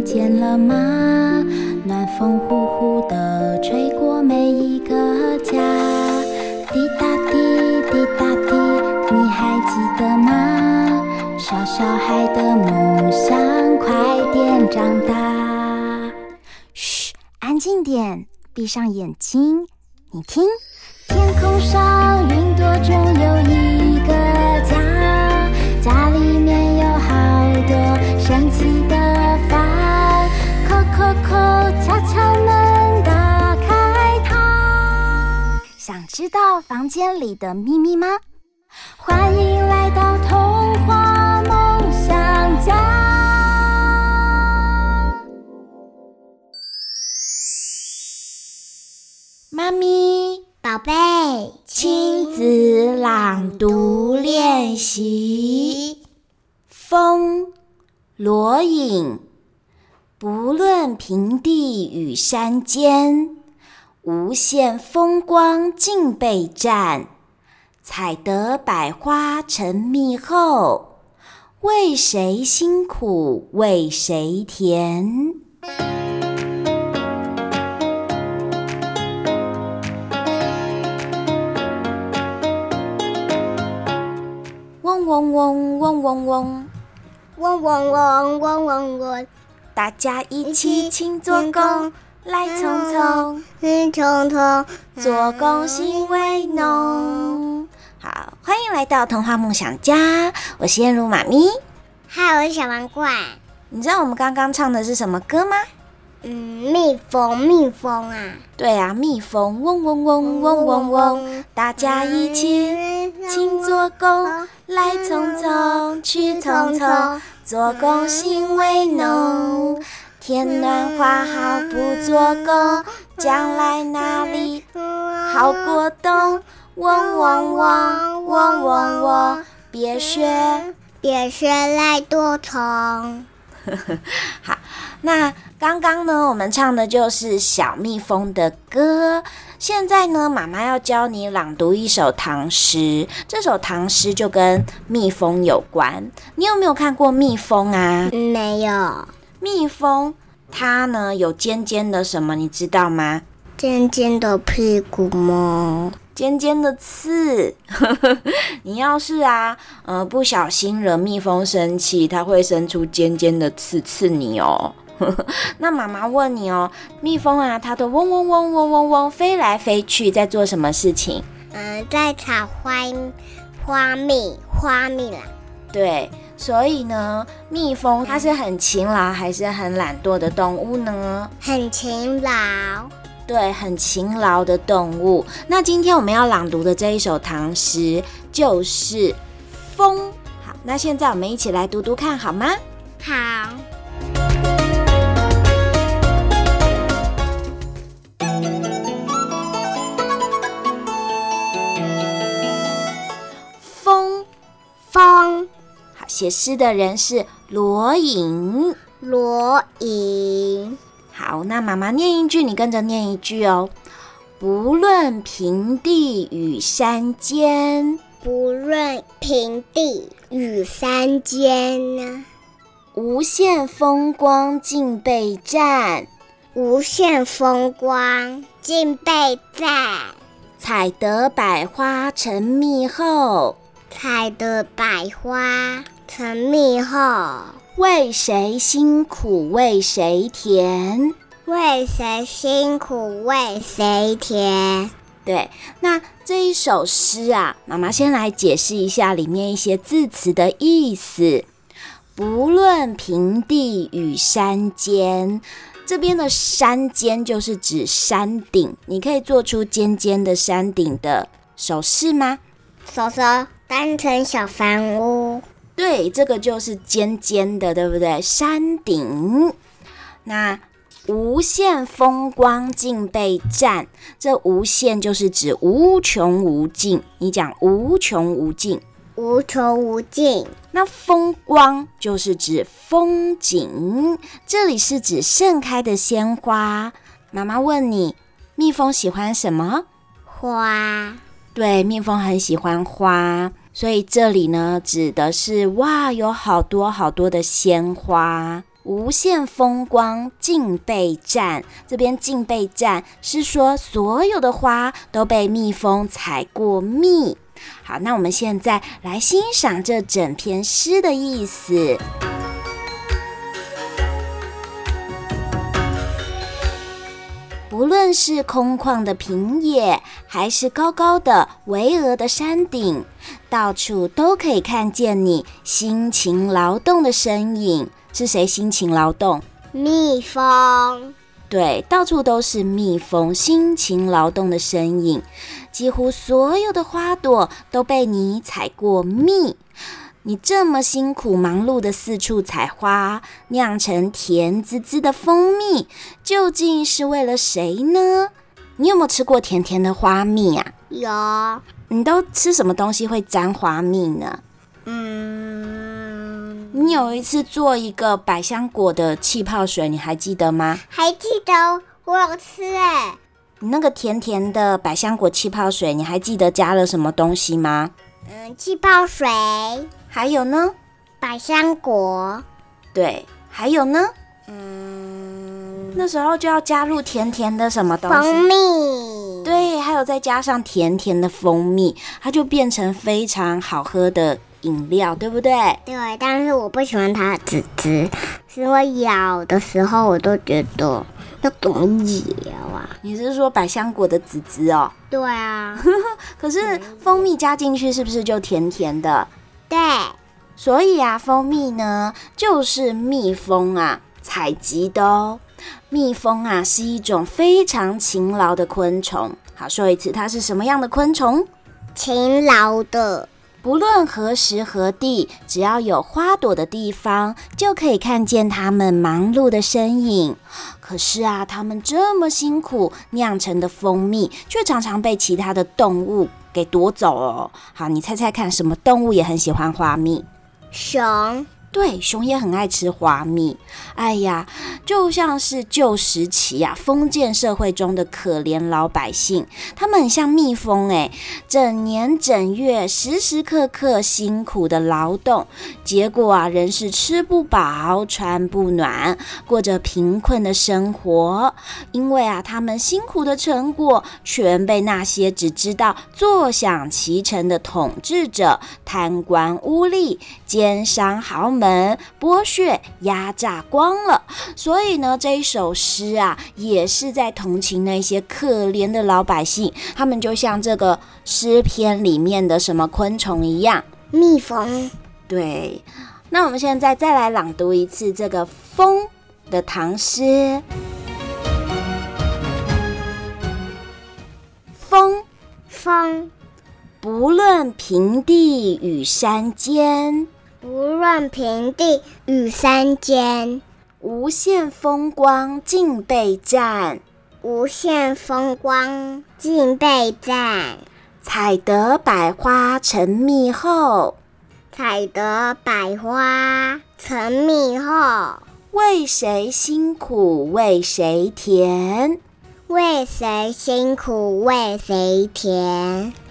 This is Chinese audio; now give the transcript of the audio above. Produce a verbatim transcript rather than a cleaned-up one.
见了吗？暖风呼呼地吹过每一个家，滴答滴，滴答滴，你还记得吗？小小孩的梦想，快点长大。嘘，安静点，闭上眼睛，你听，天空上云朵中有一个家，家里面有好多神奇的饭，叩叩叩，敲敲门，打开它。想知道房间里的秘密吗？欢迎来到童话梦想家。妈咪， 宝贝， 亲子朗读练习。风，罗隐。不论平地与山间，无限风光尽被占。采得百花成蜜后，为谁辛苦为谁甜？嗡嗡嗡嗡嗡嗡， 嗡嗡嗡嗡嗡嗡， 大家一起勤做工，来匆匆， 来匆匆， 做工心为浓。好，欢迎来到童话梦想家，我是燕如妈咪。 嗨，我是小王冠。 你知道我们刚刚唱的是什么歌吗？ 嗯，蜜蜂，蜜蜂啊。 对啊，蜜蜂，嗡嗡嗡嗡嗡嗡，大家一起勤做工，来匆匆，去匆匆，做工心为浓。天暖花好不做工，将来哪里好过冬？嗡嗡嗡嗡嗡嗡，别学别学来多虫。 好，那刚刚呢，我们唱的就是小蜜蜂的歌。现在呢，妈妈要教你朗读一首唐诗。这首唐诗就跟蜜蜂有关。你有没有看过蜜蜂啊？ 没有。 蜜蜂它呢有尖尖的什么，你知道吗？ 尖尖的屁股吗？ 尖尖的刺。你要是啊，呃，不小心惹蜜蜂生气，它会生出尖尖的刺刺你哦。那妈妈问你哦，蜜蜂啊，它都嗡嗡嗡嗡嗡嗡飞来飞去，在做什么事情？ 嗯、呃，在采花花蜜，花蜜啦。 对，所以呢，蜜蜂它是很勤劳还是很懒惰的动物呢？ 很勤劳。 对，很勤劳的动物。那今天我们要朗读的这一首唐诗就是《风》。好，那现在我们一起来读读看好吗？ 好。 风， 风。 好，写诗的人是罗隐。 罗隐。 好，那妈妈念一句，你跟着念一句哦。不论平地与山间， 不论平地与山间， 无限风光尽被占， 无限风光尽被占。 采得百花成蜜后， 采得百花成蜜后， 为谁辛苦为谁甜？ 为谁辛苦为谁甜？ 对，那这一首诗啊，妈妈先来解释一下里面一些字词的意思。不论平地与山间，这边的山间就是指山顶，你可以做出尖尖的山顶的手势吗？ 手手当成小房屋。 对，这个就是尖尖的，对不对？山顶。那无限风光尽被占，这无限就是指无穷无尽。你讲无穷无尽， 无穷无尽。 那风光就是指风景，这里是指盛开的鲜花。妈妈问你，蜜蜂喜欢什么？ 花。 对，蜜蜂很喜欢花，所以这里呢指的是哇，有好多好多的鲜花。 无限风光尽被占。这边尽被占是说所有的花都被蜜蜂采过蜜。好，那我们现在来欣赏这整篇诗的意思。无论是空旷的平野，还是高高的巍峨的山顶，到处都可以看见你辛勤劳动的身影。是谁辛勤劳动？ 蜜蜂。 对，到处都是蜜蜂辛勤劳动的身影。几乎所有的花朵都被你采过蜜。你这么辛苦忙碌的四处采花，酿成甜滋滋的蜂蜜，究竟是为了谁呢？你有没有吃过甜甜的花蜜啊？ 有。 你都吃什么东西会沾花蜜呢？ 嗯， 你有一次做一个百香果的气泡水，你还记得吗？ 还记得，我有吃哎。 你那个甜甜的百香果气泡水，你还记得加了什么东西吗？ 嗯，气泡水。 还有呢？ 百香果。 对，还有呢？ 嗯， 那时候就要加入甜甜的什么东西？ 蜂蜜。 对，还有再加上甜甜的蜂蜜，它就变成非常好喝的饮料，对不对？ 对，但是我不喜欢它的籽籽，是因为咬的时候我都觉得要怎么咬啊？ 你是说百香果的籽籽哦？ 对啊。 可是蜂蜜加进去是不是就甜甜的？ 对。 所以啊，蜂蜜呢就是蜜蜂啊采集的哦。蜜蜂啊是一种非常勤劳的昆虫。好，说一次，它是什么样的昆虫？ 勤劳的。 不论何时何地，只要有花朵的地方，就可以看见它们忙碌的身影。可是啊，它们这么辛苦酿成的蜂蜜，却常常被其他的动物给夺走哦。好，你猜猜看，什么动物也很喜欢花蜜？ 熊。 对，熊也很爱吃花蜜。哎呀，就像是旧时期啊，封建社会中的可怜老百姓，他们很像蜜蜂哎，整年整月时时刻刻辛苦的劳动，结果啊，仍是吃不饱穿不暖，过着贫困的生活。因为啊，他们辛苦的成果全被那些只知道坐享其成的统治者贪官污吏、奸商豪门剥削压榨光了。所以呢，这一首诗啊，也是在同情那些可怜的老百姓，他们就像这个诗篇里面的什么昆虫一样， 蜜蜂。 对，那我们现在再来朗读一次这个风的唐诗。风， 风。 不论平地与山间， 不论平地与山间， 无限风光尽被占。 无限风光尽被占。 采得百花成蜜后， 采得百花成蜜后， 为谁辛苦为谁甜？ 为谁辛苦为谁甜？